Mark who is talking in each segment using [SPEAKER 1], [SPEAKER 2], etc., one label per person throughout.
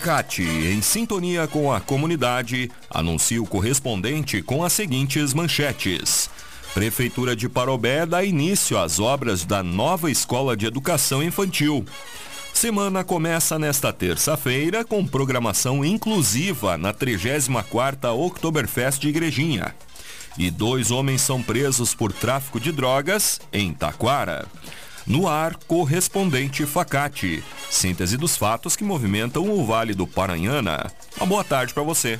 [SPEAKER 1] Facate, em sintonia com a comunidade, anuncia o correspondente com as seguintes manchetes. Prefeitura de Parobé dá início às obras da nova Escola de Educação Infantil. Semana começa nesta terça-feira com programação inclusiva na 34ª Oktoberfest de Igrejinha. E 2 homens são presos por tráfico de drogas em Taquara. No ar, correspondente Facate. Síntese dos fatos que movimentam o Vale do Paranhana. Uma boa tarde para você.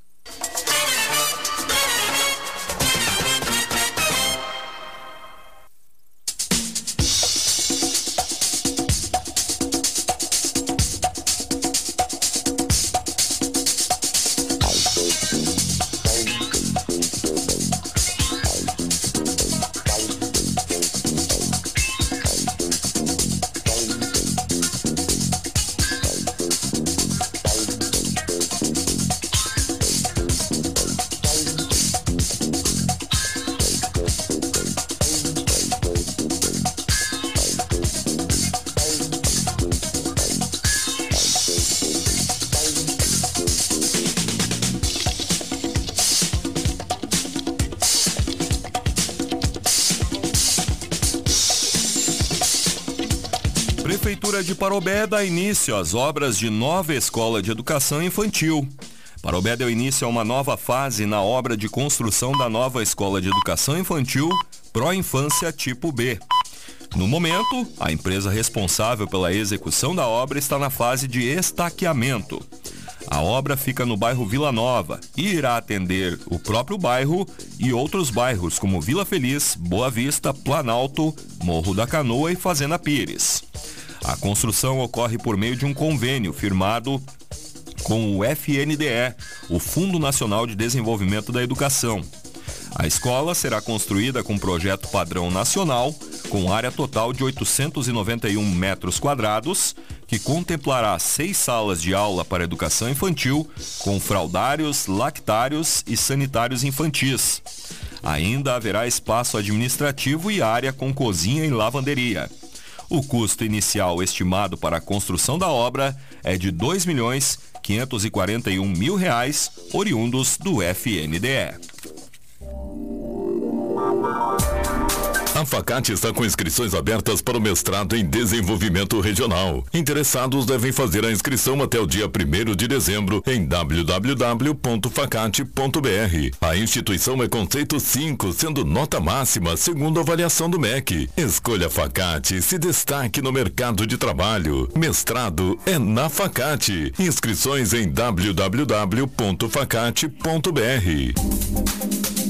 [SPEAKER 1] Prefeitura de Parobé dá início às obras de nova Escola de Educação Infantil. Parobé deu início a uma nova fase na obra de construção da nova Escola de Educação Infantil Pró-Infância Tipo B. No momento, a empresa responsável pela execução da obra está na fase de estaqueamento. A obra fica no bairro Vila Nova e irá atender o próprio bairro e outros bairros como Vila Feliz, Boa Vista, Planalto, Morro da Canoa e Fazenda Pires. A construção ocorre por meio de um convênio firmado com o FNDE, o Fundo Nacional de Desenvolvimento da Educação. A escola será construída com projeto padrão nacional, com área total de 891 metros quadrados, que contemplará 6 salas de aula para educação infantil, com fraldários, lactários e sanitários infantis. Ainda haverá espaço administrativo e área com cozinha e lavanderia. O custo inicial estimado para a construção da obra é de R$ 2.541.000, oriundos do FNDE.
[SPEAKER 2] A Facate está com inscrições abertas para o mestrado em desenvolvimento regional. Interessados devem fazer a inscrição até o dia 1º de dezembro em www.facate.br. A instituição é conceito 5, sendo nota máxima segundo a avaliação do MEC. Escolha Facate e se destaque no mercado de trabalho. Mestrado é na Facate. Inscrições em www.facate.br.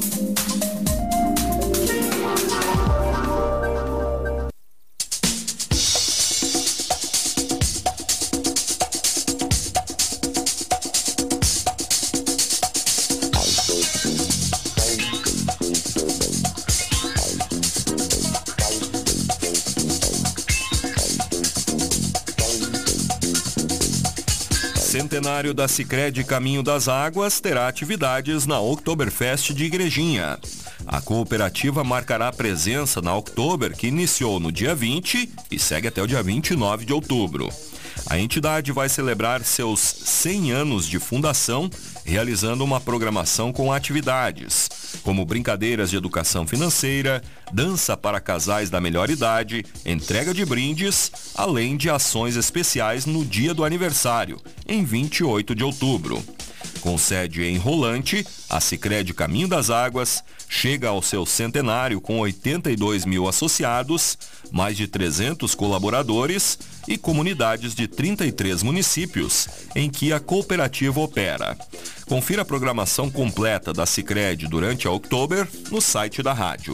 [SPEAKER 1] Centenário da Sicredi Caminho das Águas terá atividades na Oktoberfest de Igrejinha. A cooperativa marcará presença na Oktober, que iniciou no dia 20 e segue até o dia 29 de outubro. A entidade vai celebrar seus 100 anos de fundação, realizando uma programação com atividades, como brincadeiras de educação financeira, dança para casais da melhor idade, entrega de brindes, além de ações especiais no dia do aniversário, em 28 de outubro. Com sede em Rolante, a Sicredi Caminho das Águas chega ao seu centenário com 82 mil associados, mais de 300 colaboradores e comunidades de 33 municípios em que a cooperativa opera. Confira a programação completa da Sicredi durante a Oktober no site da rádio.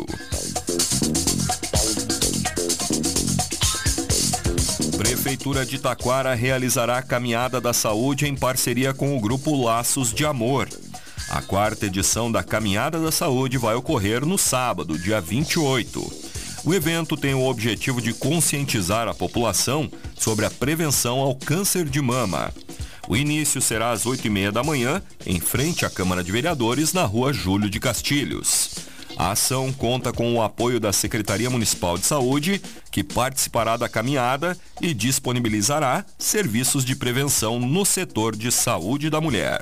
[SPEAKER 1] Prefeitura de Taquara realizará a Caminhada da Saúde em parceria com o Grupo Laços de Amor. A 4ª edição da Caminhada da Saúde vai ocorrer no sábado, dia 28. O evento tem o objetivo de conscientizar a população sobre a prevenção ao câncer de mama. O início será às 8h30 da manhã, em frente à Câmara de Vereadores, na rua Júlio de Castilhos. A ação conta com o apoio da Secretaria Municipal de Saúde, que participará da caminhada e disponibilizará serviços de prevenção no setor de saúde da mulher.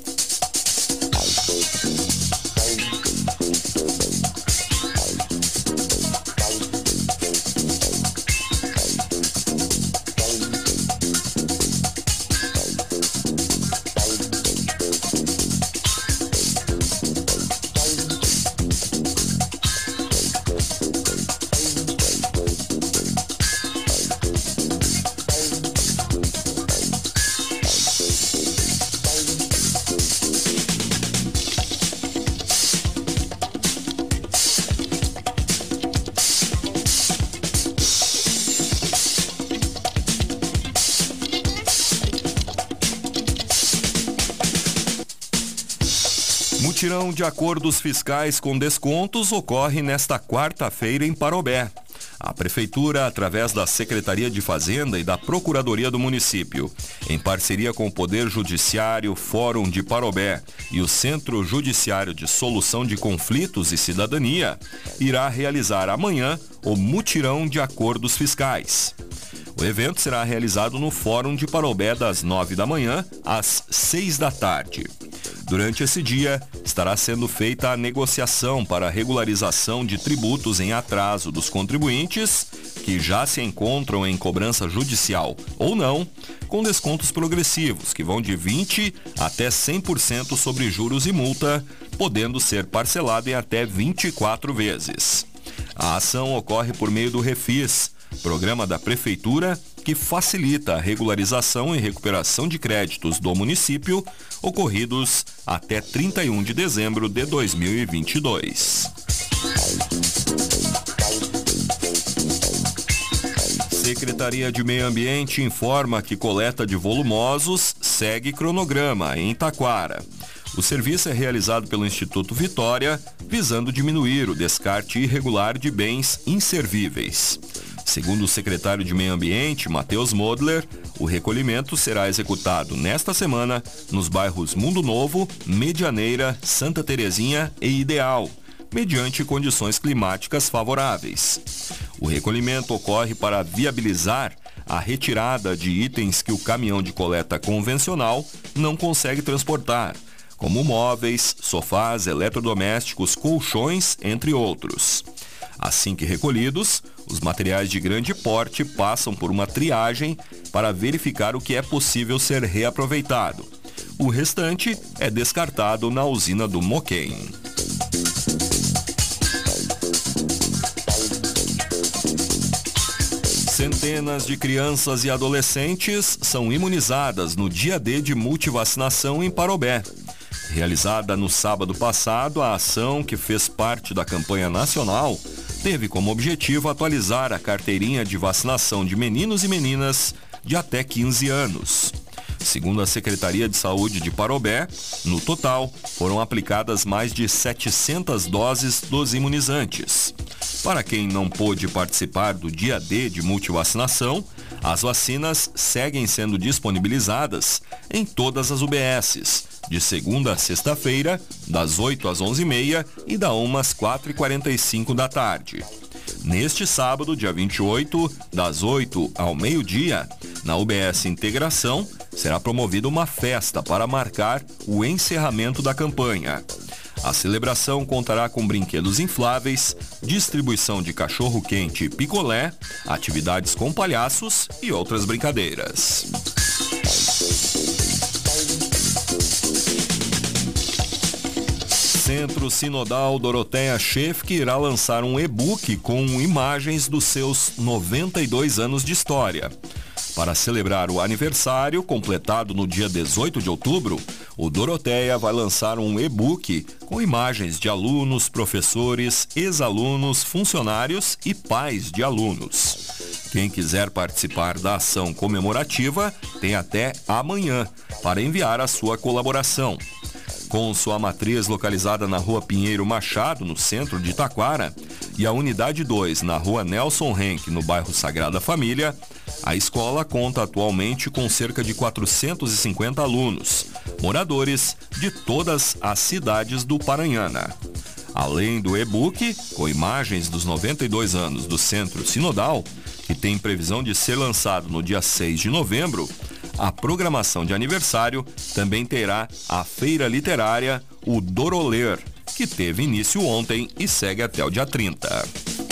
[SPEAKER 1] Mutirão de acordos fiscais com descontos ocorre nesta quarta-feira em Parobé. A Prefeitura, através da Secretaria de Fazenda e da Procuradoria do Município, em parceria com o Poder Judiciário, Fórum de Parobé e o Centro Judiciário de Solução de Conflitos e Cidadania, irá realizar amanhã o Mutirão de Acordos Fiscais. O evento será realizado no Fórum de Parobé das 9 da manhã às 6 da tarde. Durante esse dia, estará sendo feita a negociação para a regularização de tributos em atraso dos contribuintes que já se encontram em cobrança judicial ou não, com descontos progressivos que vão de 20% até 100% sobre juros e multa, podendo ser parcelado em até 24 vezes. A ação ocorre por meio do Refis, programa da Prefeitura que facilita a regularização e recuperação de créditos do município ocorridos até 31 de dezembro de 2022. Secretaria de Meio Ambiente informa que coleta de volumosos segue cronograma em Taquara. O serviço é realizado pelo Instituto Vitória, visando diminuir o descarte irregular de bens inservíveis. Segundo o secretário de Meio Ambiente, Matheus Modler, o recolhimento será executado nesta semana nos bairros Mundo Novo, Medianeira, Santa Terezinha e Ideal, mediante condições climáticas favoráveis. O recolhimento ocorre para viabilizar a retirada de itens que o caminhão de coleta convencional não consegue transportar, como móveis, sofás, eletrodomésticos, colchões, entre outros. Assim que recolhidos, os materiais de grande porte passam por uma triagem para verificar o que é possível ser reaproveitado. O restante é descartado na usina do Moquém. Centenas de crianças e adolescentes são imunizadas no dia D de multivacinação em Parobé. Realizada no sábado passado, a ação, que fez parte da campanha nacional, teve como objetivo atualizar a carteirinha de vacinação de meninos e meninas de até 15 anos. Segundo a Secretaria de Saúde de Parobé, no total foram aplicadas mais de 700 doses dos imunizantes. Para quem não pôde participar do dia D de multivacinação, as vacinas seguem sendo disponibilizadas em todas as UBSs, de segunda a sexta-feira, das 8 às 11h30 e da 1 às 4h45 da tarde. Neste sábado, dia 28, das 8 ao meio-dia, na UBS Integração, será promovida uma festa para marcar o encerramento da campanha. A celebração contará com brinquedos infláveis, distribuição de cachorro-quente e picolé, atividades com palhaços e outras brincadeiras. Centro Sinodal Doroteia Schefke irá lançar um e-book com imagens dos seus 92 anos de história. Para celebrar o aniversário, completado no dia 18 de outubro, o Doroteia vai lançar um e-book com imagens de alunos, professores, ex-alunos, funcionários e pais de alunos. Quem quiser participar da ação comemorativa tem até amanhã para enviar a sua colaboração. Com sua matriz localizada na Rua Pinheiro Machado, no centro de Taquara, e a Unidade 2 na Rua Nelson Henck, no bairro Sagrada Família, a escola conta atualmente com cerca de 450 alunos, moradores de todas as cidades do Paranhana. Além do e-book, com imagens dos 92 anos do Centro Sinodal, que tem previsão de ser lançado no dia 6 de novembro, a programação de aniversário também terá a feira literária O Doroler, que teve início ontem e segue até o dia 30.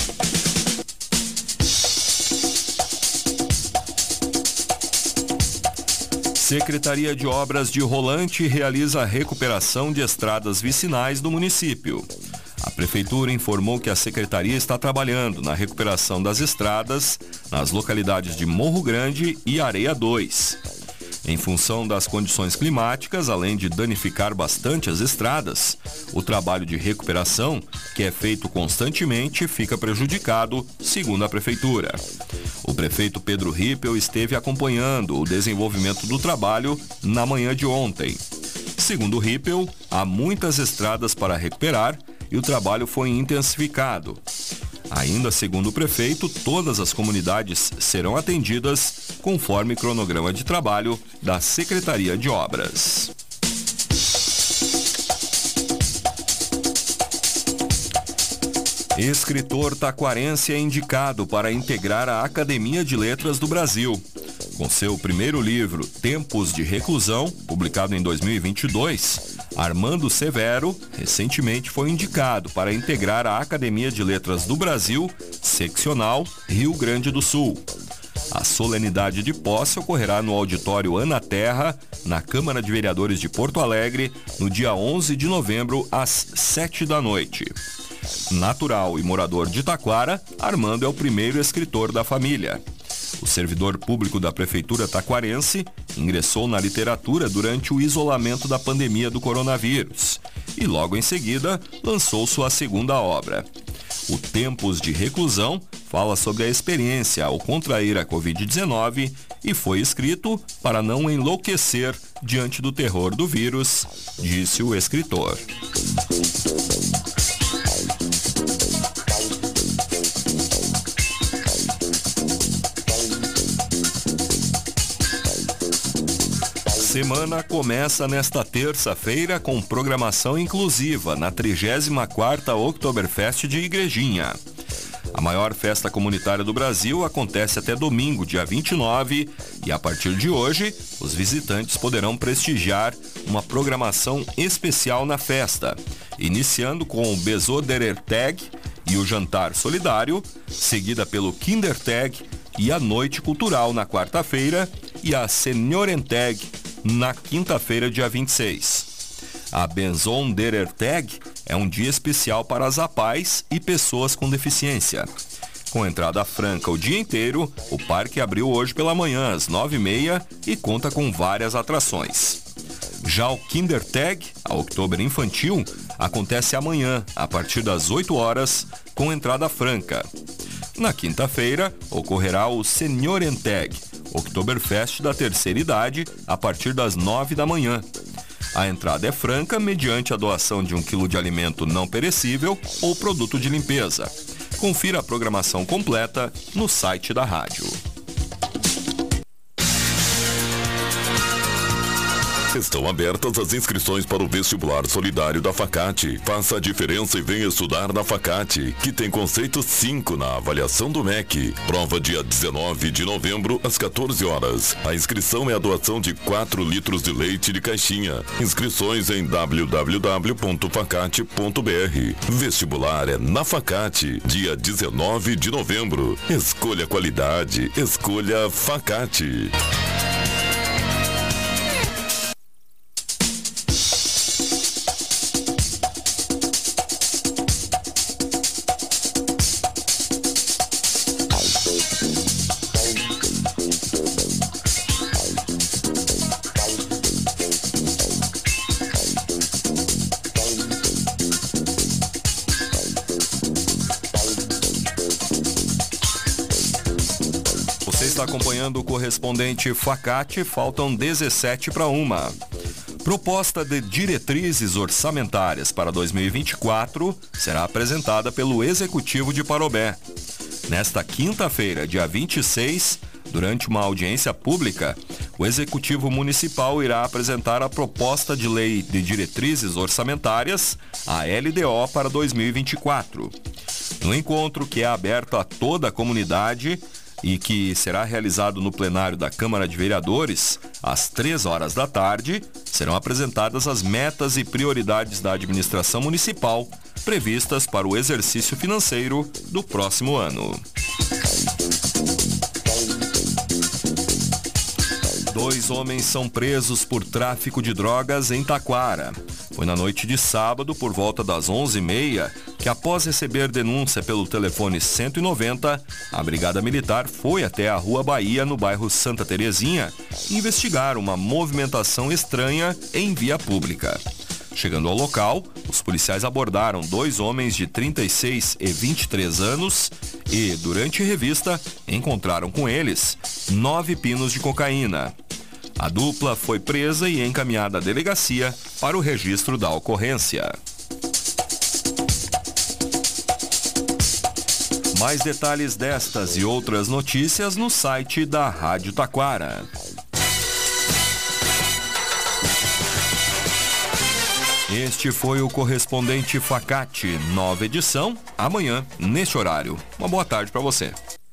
[SPEAKER 1] Secretaria de Obras de Rolante realiza a recuperação de estradas vicinais do município. A Prefeitura informou que a Secretaria está trabalhando na recuperação das estradas nas localidades de Morro Grande e Areia 2. Em função das condições climáticas, além de danificar bastante as estradas, o trabalho de recuperação, que é feito constantemente, fica prejudicado, segundo a Prefeitura. O prefeito Pedro Rippel esteve acompanhando o desenvolvimento do trabalho na manhã de ontem. Segundo Rippel, há muitas estradas para recuperar e o trabalho foi intensificado. Ainda segundo o prefeito, todas as comunidades serão atendidas conforme cronograma de trabalho da Secretaria de Obras. Escritor taquarense é indicado para integrar a Academia de Letras do Brasil. Com seu primeiro livro, Tempos de Reclusão, publicado em 2022, Armando Severo recentemente foi indicado para integrar a Academia de Letras do Brasil, seccional Rio Grande do Sul. A solenidade de posse ocorrerá no auditório Ana Terra, na Câmara de Vereadores de Porto Alegre, no dia 11 de novembro, às 7h. Natural e morador de Taquara, Armando é o primeiro escritor da família. O servidor público da Prefeitura taquarense ingressou na literatura durante o isolamento da pandemia do coronavírus e logo em seguida lançou sua segunda obra. O Tempos de Reclusão fala sobre a experiência ao contrair a Covid-19 e foi escrito para não enlouquecer diante do terror do vírus, disse o escritor. Semana começa nesta terça-feira com programação inclusiva na 34ª Oktoberfest de Igrejinha. A maior festa comunitária do Brasil acontece até domingo, dia 29, e a partir de hoje, os visitantes poderão prestigiar uma programação especial na festa, iniciando com o Besoderertag e o jantar solidário, seguida pelo Kindertag e a noite cultural na quarta-feira e a Seniorentag na quinta-feira, dia 26. A Besonderertag é um dia especial para as APAES e pessoas com deficiência. Com entrada franca o dia inteiro, o parque abriu hoje pela manhã às 9h30 e conta com várias atrações. Já o Kindertag, a Oktober Infantil, acontece amanhã, a partir das 8h, com entrada franca. Na quinta-feira, ocorrerá o Seniorentag, Oktoberfest da terceira idade, a partir das 9h. A entrada é franca mediante a doação de 1 quilo de alimento não perecível ou produto de limpeza. Confira a programação completa no site da rádio.
[SPEAKER 2] Estão abertas as inscrições para o vestibular solidário da Facate. Faça a diferença e venha estudar na Facate, que tem conceito 5 na avaliação do MEC. Prova dia 19 de novembro, às 14h. A inscrição é a doação de 4 litros de leite de caixinha. Inscrições em www.facate.br. Vestibular é na Facate, dia 19 de novembro. Escolha qualidade, escolha Facate.
[SPEAKER 1] Você está acompanhando o correspondente Facate, faltam 17:01. Proposta de diretrizes orçamentárias para 2024 será apresentada pelo Executivo de Parobé. Nesta quinta-feira, dia 26, durante uma audiência pública, o Executivo Municipal irá apresentar a proposta de lei de diretrizes orçamentárias, a LDO, para 2024. No encontro, que é aberto a toda a comunidade e que será realizado no plenário da Câmara de Vereadores, às 3 da tarde, serão apresentadas as metas e prioridades da administração municipal previstas para o exercício financeiro do próximo ano. 2 homens são presos por tráfico de drogas em Taquara. Foi na noite de sábado, por volta das 11h30, que após receber denúncia pelo telefone 190, a Brigada Militar foi até a Rua Bahia, no bairro Santa Terezinha, investigar uma movimentação estranha em via pública. Chegando ao local, os policiais abordaram 2 homens de 36 e 23 anos e, durante revista, encontraram com eles 9 pinos de cocaína. A dupla foi presa e encaminhada à delegacia para o registro da ocorrência. Mais detalhes destas e outras notícias no site da Rádio Taquara. Este foi o Correspondente Facate, nova edição, amanhã, neste horário. Uma boa tarde para você.